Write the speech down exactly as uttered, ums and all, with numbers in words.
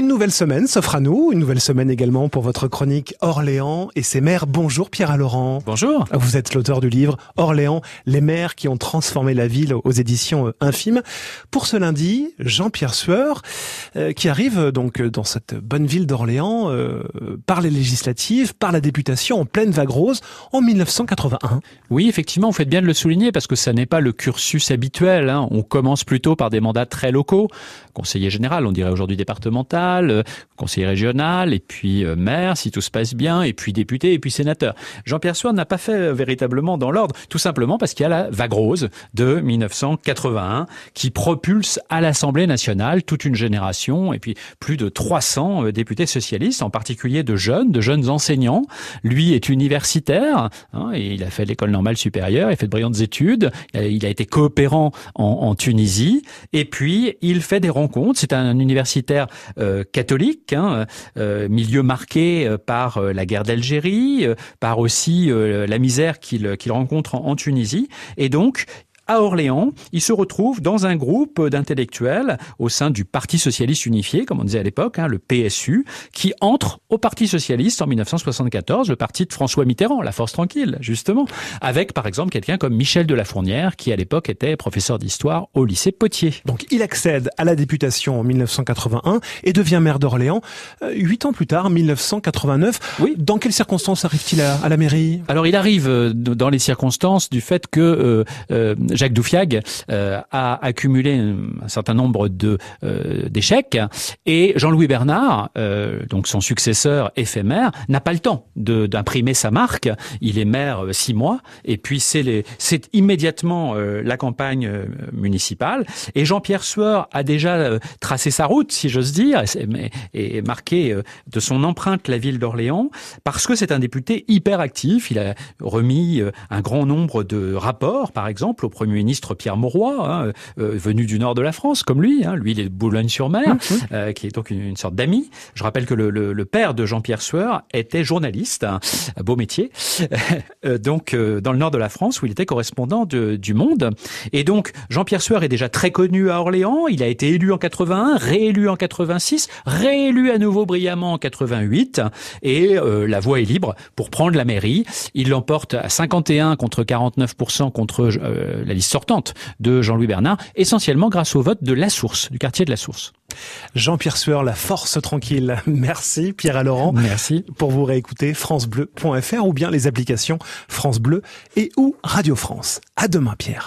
Une nouvelle semaine s'offre à nous, une nouvelle semaine également pour votre chronique Orléans et ses maires. Bonjour Pierre Laurent. Bonjour. Vous êtes l'auteur du livre Orléans, les maires qui ont transformé la ville aux éditions Infimes. Pour ce lundi, Jean-Pierre Sueur, euh, qui arrive donc dans cette bonne ville d'Orléans euh, par les législatives, par la députation en pleine vague rose en mille neuf cent quatre-vingt-un. Oui, effectivement, vous faites bien de le souligner parce que ça n'est pas le cursus habituel. Hein. On commence plutôt par des mandats très locaux, conseiller général, on dirait aujourd'hui départemental, euh, conseiller régional, et puis euh, maire, si tout se passe bien, et puis député, et puis sénateur. Jean-Pierre Sueur n'a pas fait euh, véritablement dans l'ordre, tout simplement parce qu'il y a la vague rose de mille neuf cent quatre-vingt-un qui propulse à l'Assemblée nationale toute une génération, et puis plus de trois cents euh, députés socialistes, en particulier de jeunes, de jeunes enseignants. Lui est universitaire, hein, et il a fait l'école normale supérieure, il a fait de brillantes études, il a été coopérant en, en Tunisie, et puis il fait des rencontres. C'est un universitaire euh, catholique, hein, euh, milieu marqué euh, par euh, la guerre d'Algérie, euh, par aussi euh, la misère qu'il qu'il rencontre en, en Tunisie, et donc à Orléans, il se retrouve dans un groupe d'intellectuels au sein du Parti socialiste unifié, comme on disait à l'époque, hein, le P S U, qui entre au Parti socialiste en mille neuf cent soixante-quatorze, le parti de François Mitterrand, la force tranquille, justement, avec par exemple quelqu'un comme Michel de la Fournière, qui à l'époque était professeur d'histoire au lycée Potier. Donc il accède à la députation en mille neuf cent quatre-vingt-un et devient maire d'Orléans huit ans plus tard, mille neuf cent quatre-vingt-neuf. Oui. Dans quelles circonstances arrive-t-il à, à la mairie ? Alors il arrive dans les circonstances du fait que euh, euh, Jacques Douffiag euh, a accumulé un certain nombre de euh, d'échecs, et Jean-Louis Bernard, euh, donc son successeur éphémère, n'a pas le temps de, d'imprimer sa marque. Il est maire euh, six mois, et puis c'est, les, c'est immédiatement euh, la campagne euh, municipale. Et Jean-Pierre Sueur a déjà euh, tracé sa route, si j'ose dire, et, et marqué euh, de son empreinte la ville d'Orléans, parce que c'est un député hyper actif. Il a remis euh, un grand nombre de rapports, par exemple, au Premier ministre Pierre Mauroy, hein, euh, venu du nord de la France, comme lui. Hein, lui, il est de Boulogne-sur-Mer, mmh. euh, qui est donc une, une sorte d'ami. Je rappelle que le, le, le père de Jean-Pierre Sueur était journaliste, hein, beau métier, euh, donc euh, dans le nord de la France, où il était correspondant de, du Monde. Et donc, Jean-Pierre Sueur est déjà très connu à Orléans. Il a été élu en quatre-vingt-un, réélu en quatre-vingt-six, réélu à nouveau brillamment en quatre-vingt-huit. Et euh, la voie est libre pour prendre la mairie. Il l'emporte à cinquante et un contre quarante-neuf pour cent contre euh, la liste sortante de Jean-Louis Bernard, essentiellement grâce au vote de La Source, du quartier de La Source. Jean-Pierre Sueur, la force tranquille. Merci Pierre Laurent. Merci. Pour vous réécouter, francebleu point f r ou bien les applications France Bleu et ou Radio France. À demain Pierre.